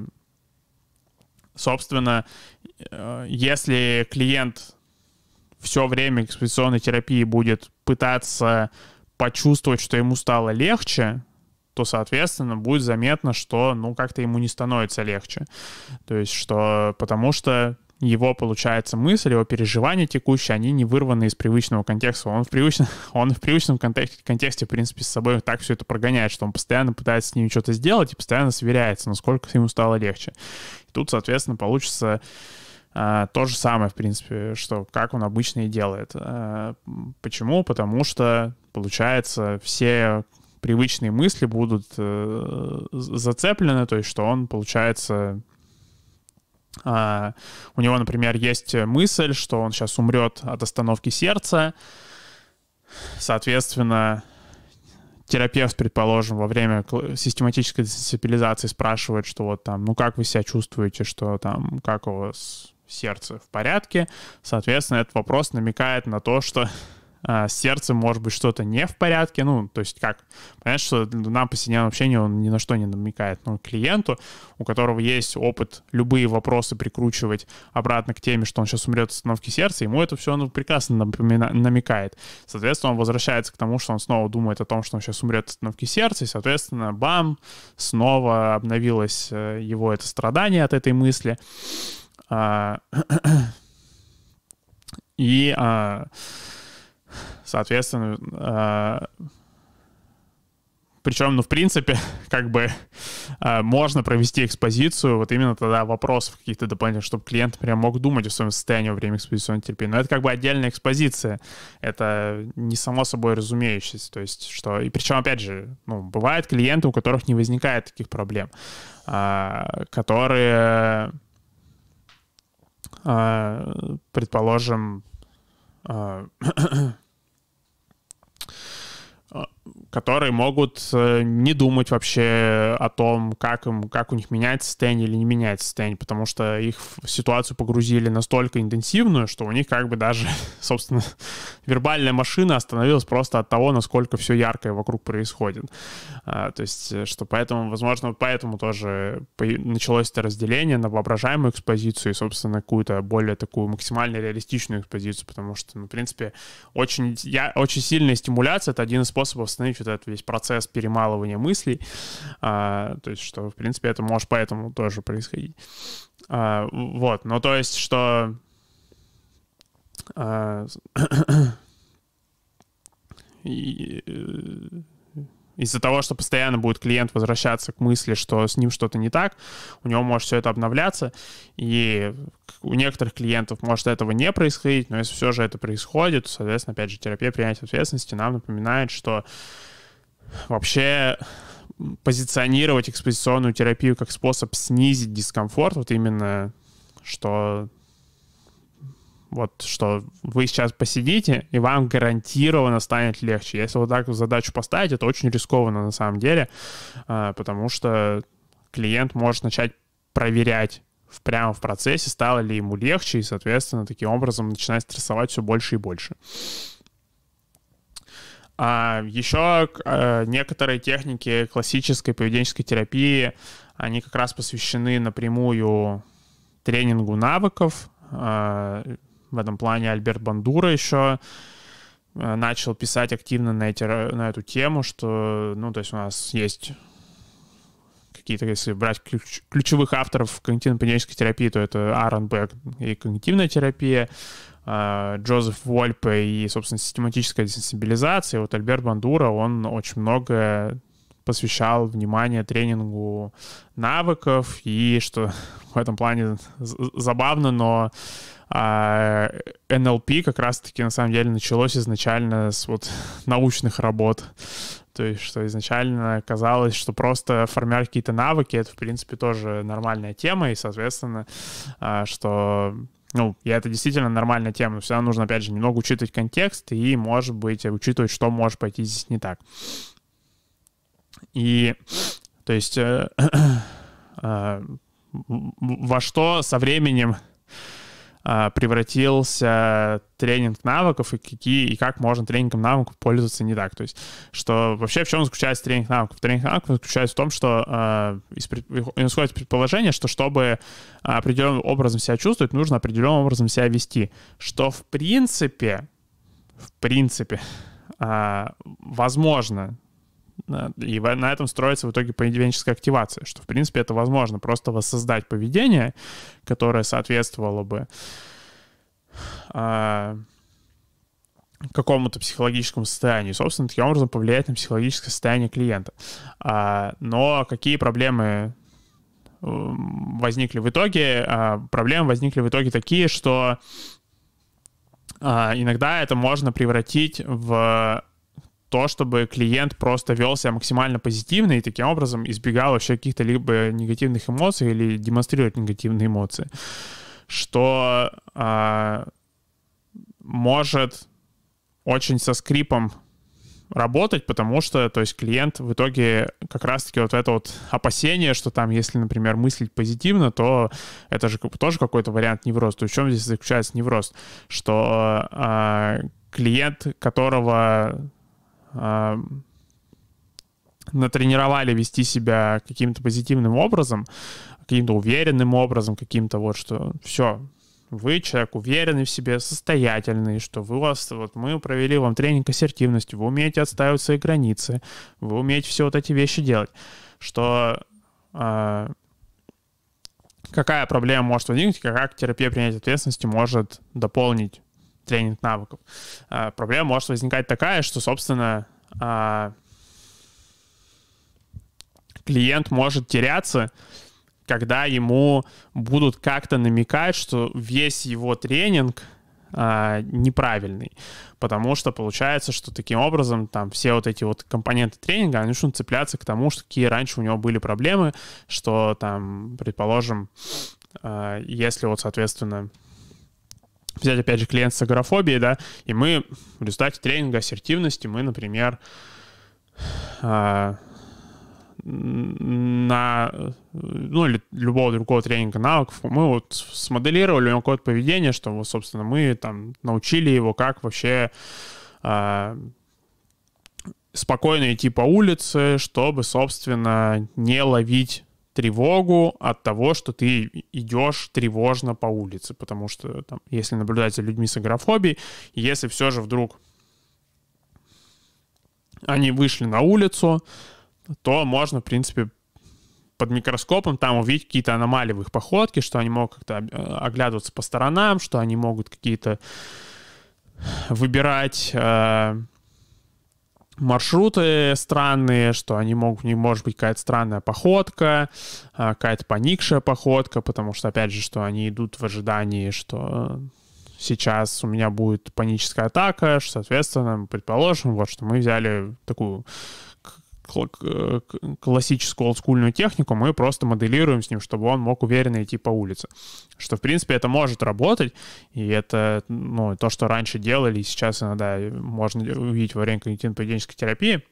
S1: собственно, если клиент все время экспозиционной терапии будет пытаться почувствовать, что ему стало легче, то, соответственно, будет заметно, что, ну, как-то ему не становится легче. То есть, что... Потому что его, получается, мысль, его переживания текущие, они не вырваны из привычного контекста. Он в привычном, он в привычном контексте, контексте, в принципе, с собой так все это прогоняет, что он постоянно пытается с ним что-то сделать и постоянно сверяется, насколько ему стало легче. И тут, соответственно, получится а, то же самое, в принципе, что как он обычно и делает. А, почему? Потому что, получается, все привычные мысли будут э, зацеплены, то есть что он, получается... Uh, у него, например, есть мысль, что он сейчас умрет от остановки сердца. Соответственно, терапевт, предположим, во время систематической десенсибилизации спрашивает, что вот там, ну как вы себя чувствуете, что там, как у вас сердце в порядке. Соответственно, этот вопрос намекает на то, что а, с сердцем может быть что-то не в порядке. Ну, то есть как? Понятно, что нам по повседневному общению он ни на что не намекает. Но клиенту, у которого есть опыт любые вопросы прикручивать обратно к теме, что он сейчас умрет от остановки сердца, ему это все ну, прекрасно напомина- намекает. Соответственно, он возвращается к тому, что он снова думает о том, что он сейчас умрет от остановки сердца, и, соответственно, бам, снова обновилось его это страдание от этой мысли. И... Соответственно, э, причем, ну, в принципе, как бы э, можно провести экспозицию, вот именно тогда вопросов каких-то дополнительных, чтобы клиент, например, мог думать о своем состоянии во время экспозиционной терапии. Но это как бы отдельная экспозиция. Это не само собой разумеющееся. То есть, что... И причем, опять же, ну, бывают клиенты, у которых не возникает таких проблем, э, которые, э, предположим, э, которые могут не думать вообще о том, как, им, как у них меняется состояние или не меняется состояние, потому что их в ситуацию погрузили настолько интенсивную, что у них как бы даже, собственно, вербальная машина остановилась просто от того, насколько все яркое вокруг происходит. А, то есть, что поэтому, возможно, поэтому тоже началось это разделение на воображаемую экспозицию и, собственно, какую-то более такую максимально реалистичную экспозицию, потому что, ну, в принципе, очень, я, очень сильная стимуляция — это один из способов остановить вот этот весь процесс перемалывания мыслей. А, то есть, что, в принципе, это может поэтому тоже происходить. А, вот, ну, то есть, что... А, и, из-за того, что постоянно будет клиент возвращаться к мысли, что с ним что-то не так, у него может все это обновляться, и у некоторых клиентов может этого не происходить, но если все же это происходит, соответственно, опять же, терапия принятия ответственности нам напоминает, что вообще позиционировать экспозиционную терапию как способ снизить дискомфорт, вот именно, что... Вот, что вы сейчас посидите, и вам гарантированно станет легче. Если вот так задачу поставить, это очень рискованно на самом деле, потому что клиент может начать проверять прямо в процессе, стало ли ему легче, и, соответственно, таким образом начинать стрессовать все больше и больше. А еще некоторые техники классической поведенческой терапии, они как раз посвящены напрямую тренингу навыков. В этом плане Альберт Бандура еще начал писать активно на, эти, на эту тему, что, ну, то есть у нас есть какие-то, если брать ключ, ключевых авторов когнитивно-поведенческой терапии, то это Аарон Бек и когнитивная терапия, Джозеф Вольпе и, собственно, систематическая десенсибилизация. Вот Альберт Бандура, он очень много посвящал внимание тренингу навыков, и что в этом плане забавно, но а эн эл пи как раз-таки на самом деле началось изначально с вот научных работ. То есть, что изначально казалось, что просто формировать какие-то навыки — это, в принципе, тоже нормальная тема, и, соответственно, что... Ну, и это действительно нормальная тема, но всегда нужно, опять же, немного учитывать контекст и, может быть, учитывать, что может пойти здесь не так. И, то есть, э, э, во что со временем превратился тренинг навыков, и какие и как можно тренингом навыков пользоваться не так. То есть, что вообще в чем заключается тренинг навыков? Тренинг навыков заключается в том, что э, исходит предположение, что чтобы определенным образом себя чувствовать, нужно определенным образом себя вести. Что в принципе, в принципе, э, возможно, И на этом строится в итоге поведенческая активация, что, в принципе, это возможно. Просто воссоздать поведение, которое соответствовало бы а, какому-то психологическому состоянию. И, собственно, таким образом повлиять на психологическое состояние клиента. А, но какие проблемы возникли в итоге? А, проблемы возникли в итоге такие, что а, иногда это можно превратить в то, чтобы клиент просто вел себя максимально позитивно и таким образом избегал вообще каких-то либо негативных эмоций или демонстрировать негативные эмоции, что а, может очень со скрипом работать, потому что, то есть, клиент в итоге как раз-таки вот это вот опасение, что там, если, например, мыслить позитивно, то это же тоже какой-то вариант невроза. То есть в чем здесь заключается невроз? Что а, клиент, которого натренировали вести себя каким-то позитивным образом, каким-то уверенным образом, каким-то вот, что все, вы человек уверенный в себе, состоятельный, что вы у вас, вот мы провели вам тренинг ассертивности, вы умеете отстаивать свои границы, вы умеете все вот эти вещи делать, что а, какая проблема может возникнуть, как терапия принятия ответственности может дополнить тренинг навыков. А, проблема может возникать такая, что, собственно, а, клиент может теряться, когда ему будут как-то намекать, что весь его тренинг а, неправильный. Потому что получается, что таким образом там все вот эти вот компоненты тренинга, они начнут цепляться к тому, что какие раньше у него были проблемы, что там, предположим, а, если вот, соответственно, взять, опять же, клиент с агорафобией, да, и мы в результате тренинга ассертивности, мы, например, а, на, ну, или любого другого тренинга навыков, мы вот смоделировали у него какое-то поведение, что, собственно, мы там научили его, как вообще а, спокойно идти по улице, чтобы, собственно, не ловить тревогу от того, что ты идешь тревожно по улице, потому что там, если наблюдать за людьми с агорафобией, если все же вдруг они вышли на улицу, то можно, в принципе, под микроскопом там увидеть какие-то аномалии в их походке, что они могут как-то оглядываться по сторонам, что они могут какие-то выбирать э, маршруты странные, что они могут, не может быть какая-то странная походка, какая-то поникшая походка, потому что, опять же, что они идут в ожидании, что сейчас у меня будет паническая атака, что, соответственно, предположим, вот, что мы взяли такую классическую олдскульную технику, мы просто моделируем с ним, чтобы он мог уверенно идти по улице. Что, в принципе, это может работать, и это, ну, то, что раньше делали, и сейчас иногда можно увидеть во время когнитивно-поведенческой терапии.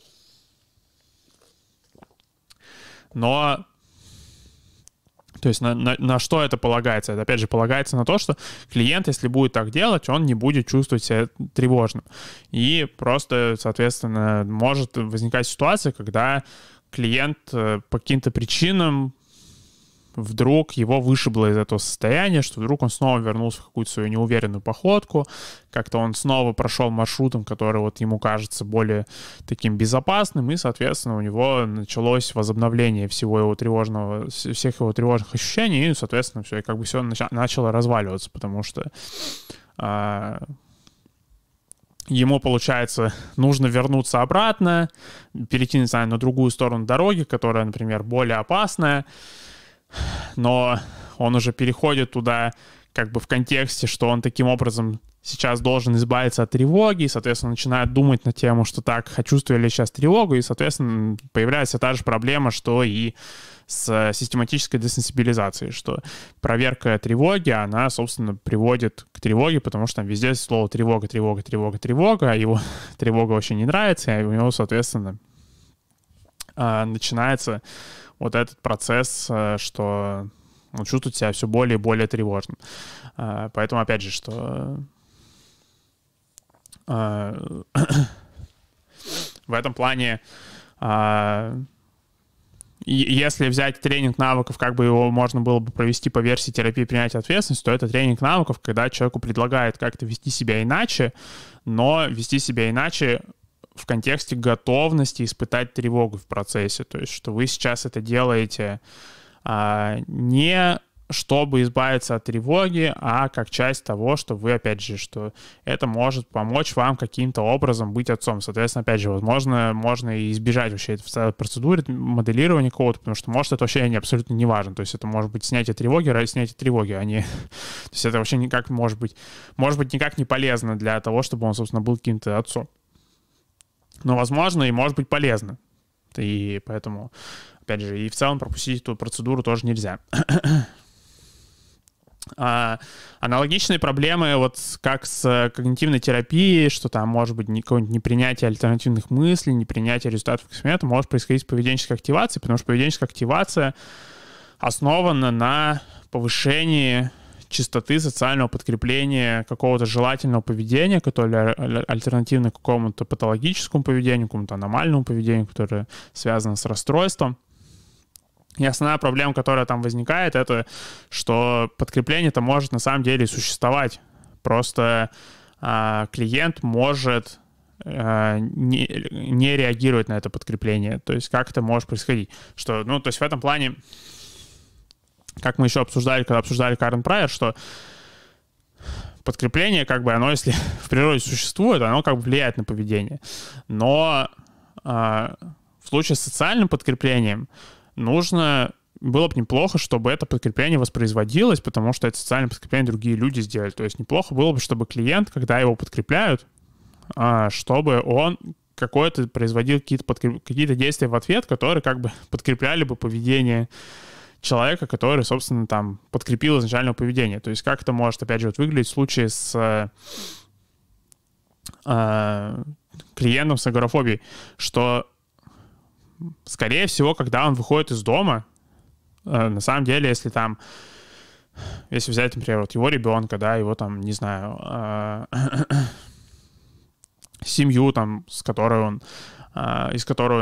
S1: Но, то есть на, на, на что это полагается? Это, опять же, полагается на то, что клиент, если будет так делать, он не будет чувствовать себя тревожным. И просто, соответственно, может возникать ситуация, когда клиент по каким-то причинам вдруг его вышибло из этого состояния, что вдруг он снова вернулся в какую-то свою неуверенную походку, как-то он снова прошел маршрутом, который вот ему кажется более таким безопасным, и, соответственно, у него началось возобновление всего его тревожного, всех его тревожных ощущений, и, соответственно, все, и как бы все начало разваливаться, потому что а, ему, получается, нужно вернуться обратно, перейти, не знаю, на другую сторону дороги, которая, например, более опасная, но он уже переходит туда как бы в контексте, что он таким образом сейчас должен избавиться от тревоги, и, соответственно, начинает думать на тему, что так, чувствую ли я сейчас тревогу, и, соответственно, появляется та же проблема, что и с систематической десенсибилизацией, что проверка тревоги, она, собственно, приводит к тревоге, потому что там везде слово тревога, тревога, тревога, тревога, а его тревога вообще не нравится, и у него, соответственно, начинается вот этот процесс, что он чувствует себя все более и более тревожным. Поэтому, опять же, что в этом плане, если взять тренинг навыков, как бы его можно было бы провести по версии терапии принятия ответственности, то это тренинг навыков, когда человеку предлагают как-то вести себя иначе, но вести себя иначе в контексте готовности испытать тревогу в процессе. То есть, что вы сейчас это делаете а, не чтобы избавиться от тревоги, а как часть того, что вы, опять же, что это может помочь вам каким-то образом быть отцом. Соответственно, опять же, возможно, можно и избежать вообще этой процедуры моделирования какого-то, потому что, может, это вообще не, абсолютно не важно. То есть это может быть снятие тревоги ради снятия тревоги, а не... То есть это вообще никак может быть... Может быть, никак не полезно для того, чтобы он, собственно, был каким-то отцом. Но, возможно, и может быть полезно. И поэтому, опять же, и в целом пропустить эту процедуру тоже нельзя. А, аналогичные проблемы, вот как с когнитивной терапией, что там может быть какое-нибудь непринятие альтернативных мыслей, непринятие результатов эксперимента, может происходить с поведенческой активацией, потому что поведенческая активация основана на повышении частоты социального подкрепления какого-то желательного поведения, которое альтернативно какому-то патологическому поведению, какому-то аномальному поведению, которое связано с расстройством. И основная проблема, которая там возникает, это что подкрепление-то может на самом деле существовать. Просто э, клиент может э, не, не реагировать на это подкрепление. То есть как это может происходить? Что, ну, то есть в этом плане, как мы еще обсуждали, когда обсуждали Карен Прайер, что подкрепление, как бы оно, если в природе существует, оно как бы влияет на поведение. Но э, в случае с социальным подкреплением нужно, было бы неплохо, чтобы это подкрепление воспроизводилось, потому что это социальное подкрепление другие люди сделали. То есть неплохо было бы, чтобы клиент, когда его подкрепляют, чтобы он какое-то производил какие-то, подкреп... какие-то действия в ответ, которые как бы подкрепляли бы поведение человека, который, собственно, там подкрепил изначальное поведение. То есть как это может, опять же, вот выглядеть в случае с э, клиентом с агорафобией, что скорее всего, когда он выходит из дома, э, на самом деле, если там, если взять, например, вот его ребенка, да, его там, не знаю, э, семью там, с которой он, э, из которой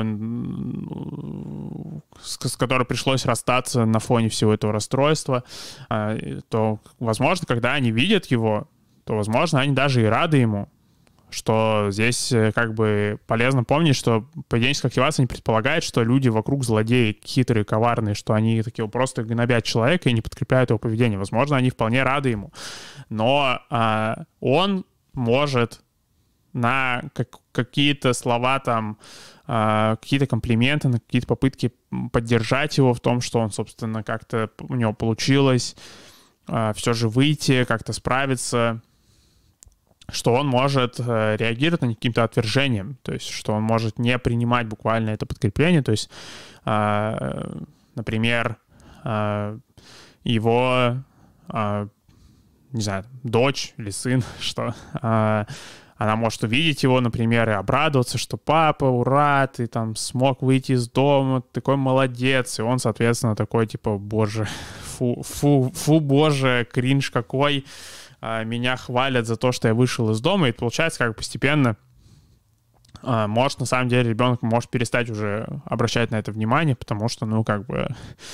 S1: он, с, с которой пришлось расстаться на фоне всего этого расстройства, э, то, возможно, когда они видят его, то, возможно, они даже и рады ему. Что здесь как бы полезно помнить, что поведенческая активация не предполагает, что люди вокруг злодеи, хитрые, коварные, что они такие просто гнобят человека и не подкрепляют его поведение. Возможно, они вполне рады ему. Но а, он может на как, какие-то слова там, а, какие-то комплименты, на какие-то попытки поддержать его в том, что он, собственно, как-то у него получилось а, все же выйти, как-то справиться, что он может э, реагировать на каким-то отвержением, то есть что он может не принимать буквально это подкрепление, то есть, э, например, э, его, э, не знаю, дочь или сын, что э, она может увидеть его, например, и обрадоваться, что папа, ура, ты там смог выйти из дома, ты такой молодец, и он, соответственно, такой, типа, боже, фу, фу, фу, боже, кринж какой, меня хвалят за то, что я вышел из дома, и получается, как постепенно, может, на самом деле, ребенок может перестать уже обращать на это внимание, потому что, ну, как бы,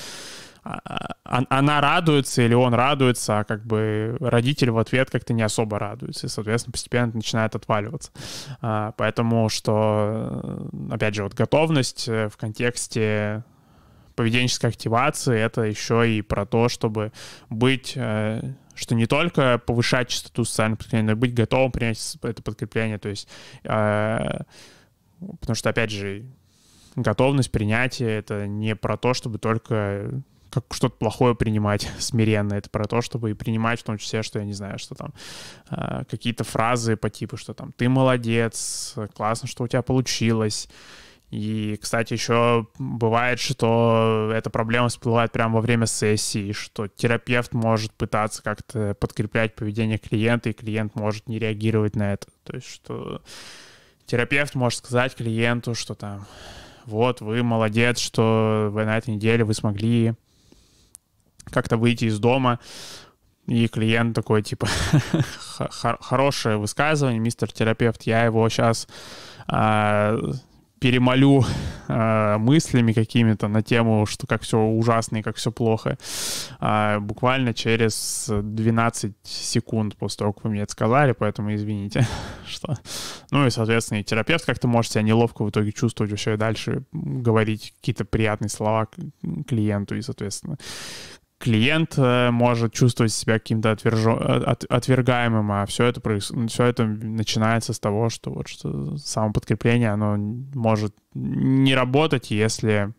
S1: она радуется или он радуется, а как бы родитель в ответ как-то не особо радуется, и, соответственно, постепенно это начинает отваливаться. Поэтому, что, опять же, вот готовность в контексте поведенческой активации — это еще и про то, чтобы быть... что не только повышать частоту социального подкрепления, но и быть готовым принять это подкрепление. То есть, э, потому что, опять же, готовность принятия — это не про то, чтобы только как что-то плохое принимать смиренно. Это про то, чтобы и принимать в том числе, что, я не знаю, что там э, какие-то фразы по типу, что там «ты молодец», «классно, что у тебя получилось». И, кстати, еще бывает, что эта проблема всплывает прямо во время сессии, что терапевт может пытаться как-то подкреплять поведение клиента, и клиент может не реагировать на это. То есть, что терапевт может сказать клиенту, что там, вот, вы молодец, что вы на этой неделе вы смогли как-то выйти из дома, и клиент такой, типа, хорошее высказывание, мистер терапевт, я его сейчас... перемолю э, мыслями какими-то на тему, что как все ужасно и как все плохо. Э, буквально через двенадцать секунд после того, как вы мне это сказали, поэтому извините. что... Ну и, соответственно, и терапевт как-то может себя неловко в итоге чувствовать вообще дальше, говорить какие-то приятные слова клиенту, и, соответственно, клиент может чувствовать себя каким-то отвержо... от... отвергаемым, а все это, проис... все это начинается с того, что, вот, что самоподкрепление, оно может не работать, если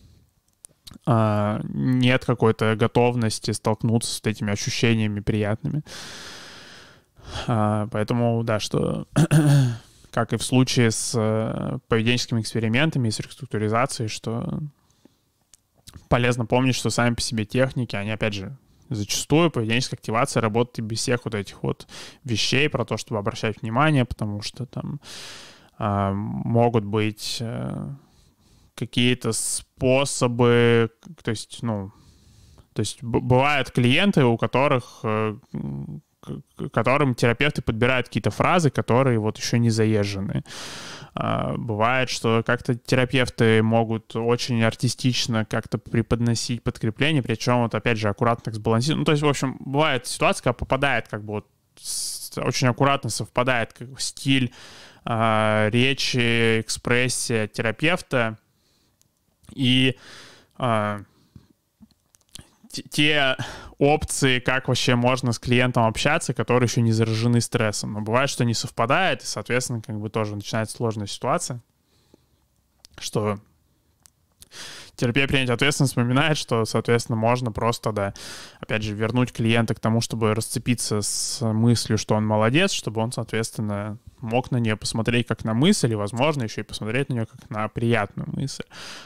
S1: а, нет какой-то готовности столкнуться с этими ощущениями приятными. А, поэтому, да, что как и в случае с поведенческими экспериментами и с реструктуризацией, что полезно помнить, что сами по себе техники, они, опять же, зачастую поведенческая активация работает без всех вот этих вот вещей про то, чтобы обращать внимание, потому что там э, могут быть э, какие-то способы, то есть, ну, то есть бывают клиенты, у которых, э, которым терапевты подбирают какие-то фразы, которые вот еще не заезжены. Бывает, что как-то терапевты могут очень артистично как-то преподносить подкрепление, причем вот опять же аккуратно так сбалансировать. Ну, то есть, в общем, бывает ситуация, когда попадает как бы вот с, очень аккуратно совпадает как бы стиль э, речи, экспрессия терапевта и э, те опции, как вообще можно с клиентом общаться, которые еще не заражены стрессом. Но бывает, что не совпадает, и, соответственно, как бы тоже начинается сложная ситуация, что терапия принятия ответственности вспоминает, что, соответственно, можно просто, да, опять же, вернуть клиента к тому, чтобы расцепиться с мыслью, что он молодец, чтобы он, соответственно, мог на нее посмотреть как на мысль, и, возможно, еще и посмотреть на нее как на приятную мысль.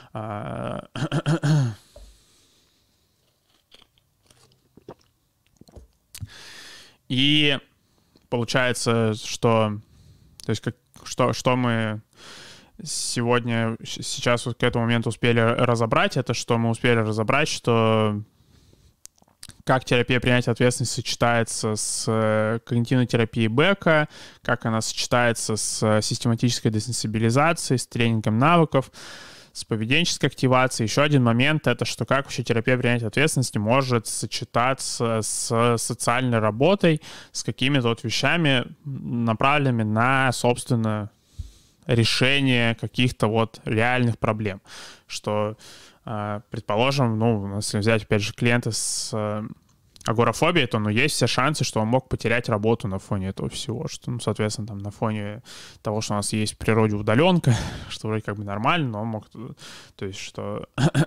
S1: И получается, что, то есть как, что, что мы сегодня, сейчас вот к этому моменту успели разобрать, это что мы успели разобрать, что как терапия принятия ответственности сочетается с когнитивной терапией Бека, как она сочетается с систематической десенсибилизацией, с тренингом навыков, с поведенческой активацией. Еще один момент — это что как вообще терапия принятия ответственности может сочетаться с социальной работой, с какими-то вот вещами, направленными на, собственно, решение каких-то вот реальных проблем. Что, предположим, ну, если взять, опять же, клиента с агорафобией, то, ну, есть все шансы, что он мог потерять работу на фоне этого всего, что, ну, соответственно, там, на фоне того, что у нас есть в природе удаленка, что вроде как бы нормально, но он мог, то есть, что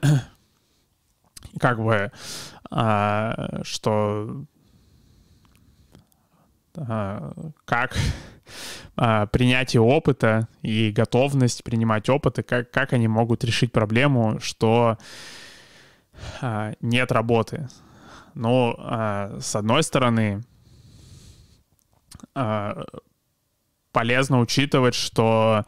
S1: как бы, а, что а, как а, принятие опыта и готовность принимать опыты, как, как они могут решить проблему, что а, нет работы. Ну, э, с одной стороны, э, полезно учитывать, что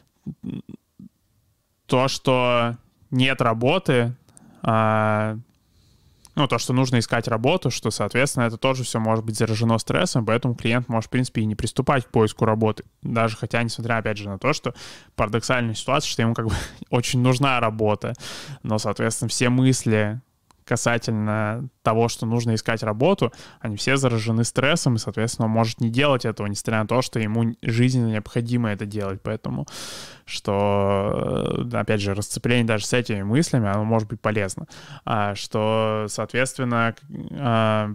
S1: то, что нет работы, э, ну, то, что нужно искать работу, что, соответственно, это тоже все может быть заражено стрессом, поэтому клиент может, в принципе, и не приступать к поиску работы. Даже хотя, несмотря, опять же, на то, что парадоксальная ситуация, что ему как бы очень нужна работа, но, соответственно, все мысли касательно того, что нужно искать работу, они все заражены стрессом, и, соответственно, он может не делать этого, несмотря на то, что ему жизненно необходимо это делать. Поэтому, что, опять же, расцепление даже с этими мыслями, оно может быть полезно. А, что, соответственно, а,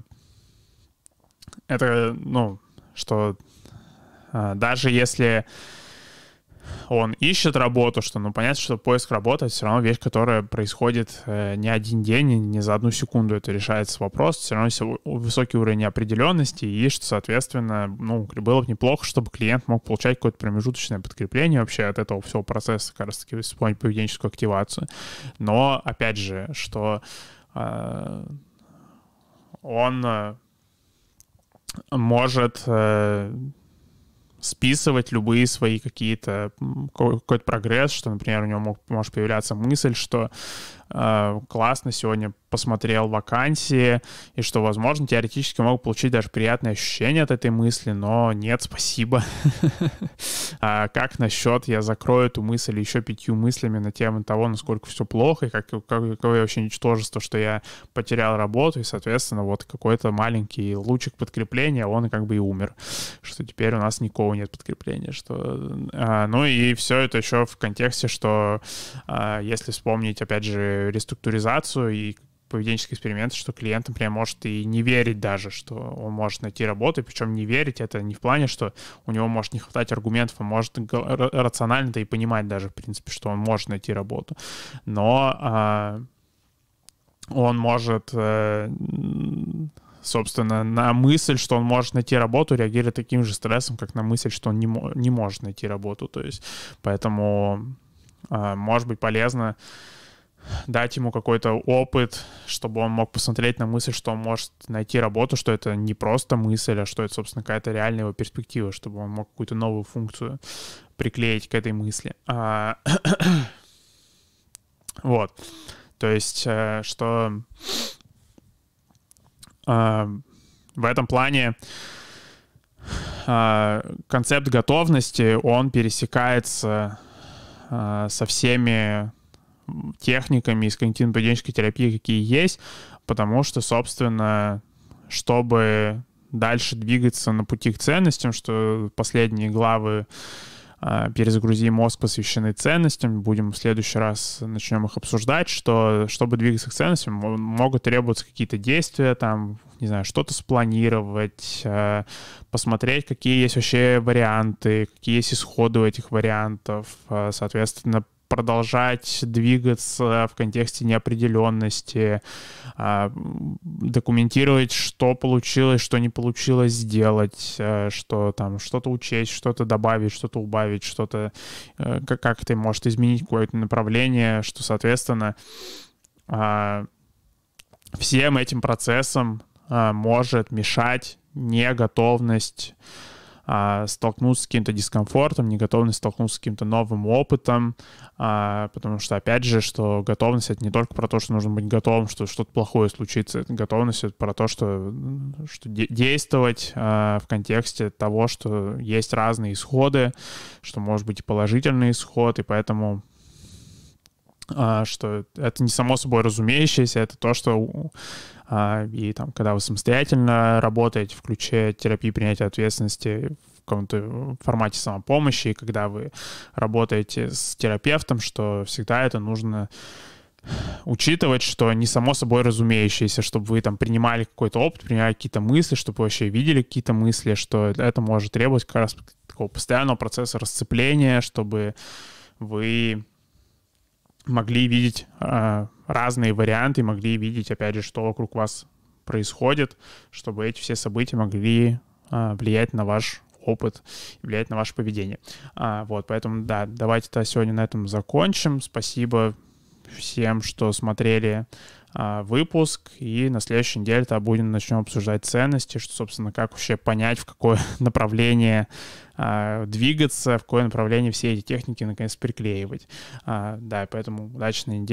S1: это, ну, что а, даже если он ищет работу, что, ну, понятно, что поиск работы — это все равно вещь, которая происходит э, не один день, не за одну секунду это решается вопрос, все равно есть высокий уровень неопределенности, и что, соответственно, ну, было бы неплохо, чтобы клиент мог получать какое-то промежуточное подкрепление вообще от этого всего процесса, как раз-таки исполнить поведенческую активацию. Но, опять же, что э, он э, может... Э, списывать любые свои какие-то, какой-то прогресс, что, например, у него мог, может появляться мысль, что э, классно, сегодня посмотрел вакансии, и что, возможно, теоретически могу получить даже приятные ощущения от этой мысли, но нет, спасибо. А как насчет я закрою эту мысль еще пятью мыслями на тему того, насколько все плохо, и как, какое вообще ничтожество, что я потерял работу, и, соответственно, вот какой-то маленький лучик подкрепления, он как бы и умер, что теперь у нас никакого нет подкрепления, что... А, ну и все это еще в контексте, что а, если вспомнить, опять же, реструктуризацию и поведенческий эксперимент, что клиент, например, может и не верить даже, что он может найти работу, и причем не верить, это не в плане, что у него может не хватать аргументов, он может рационально-то и понимать даже, в принципе, что он может найти работу, но а, он может, а, собственно, на мысль, что он может найти работу, реагировать таким же стрессом, как на мысль, что он не, не может найти работу, то есть поэтому а, может быть полезно дать ему какой-то опыт, чтобы он мог посмотреть на мысль, что он может найти работу, что это не просто мысль, а что это, собственно, какая-то реальная его перспектива, чтобы он мог какую-то новую функцию приклеить к этой мысли. А... Вот. То есть, что в этом плане концепт готовности, он пересекается со всеми техниками из когнитивно-поведенческой терапии, какие есть, потому что, собственно, чтобы дальше двигаться на пути к ценностям, что последние главы «Перезагрузи мозг» посвящены ценностям, будем в следующий раз начнем их обсуждать, что чтобы двигаться к ценностям, могут требоваться какие-то действия, там, не знаю, что-то спланировать, посмотреть, какие есть вообще варианты, какие есть исходы у этих вариантов, соответственно, продолжать двигаться в контексте неопределенности, документировать, что получилось, что не получилось сделать, что там что-то учесть, что-то добавить, что-то убавить, что-то как, как это может изменить какое-то направление, что, соответственно, всем этим процессам может мешать неготовность столкнуться с каким-то дискомфортом, неготовность столкнуться с каким-то новым опытом, потому что, опять же, что готовность — это не только про то, что нужно быть готовым, что что-то плохое случится, это готовность — это про то, что, что де- действовать в контексте того, что есть разные исходы, что может быть и положительный исход, и поэтому что это не само собой разумеющееся, это то, что и там, когда вы самостоятельно работаете в ключе терапии принятия ответственности в каком-то формате самопомощи, и когда вы работаете с терапевтом, что всегда это нужно учитывать, что не само собой разумеющееся, чтобы вы там принимали какой-то опыт, принимали какие-то мысли, чтобы вы вообще видели какие-то мысли, что это может требовать как раз такого постоянного процесса расцепления, чтобы вы могли видеть э, разные варианты, могли видеть, опять же, что вокруг вас происходит, чтобы эти все события могли э, влиять на ваш опыт, влиять на ваше поведение. А, вот, поэтому, да, давайте-то сегодня на этом закончим. Спасибо всем, что смотрели а, выпуск, и на следующей неделе-то будем начнем обсуждать ценности, что, собственно, как вообще понять, в какое направление а, двигаться, в какое направление все эти техники наконец приклеивать. А, да, поэтому удачной недели.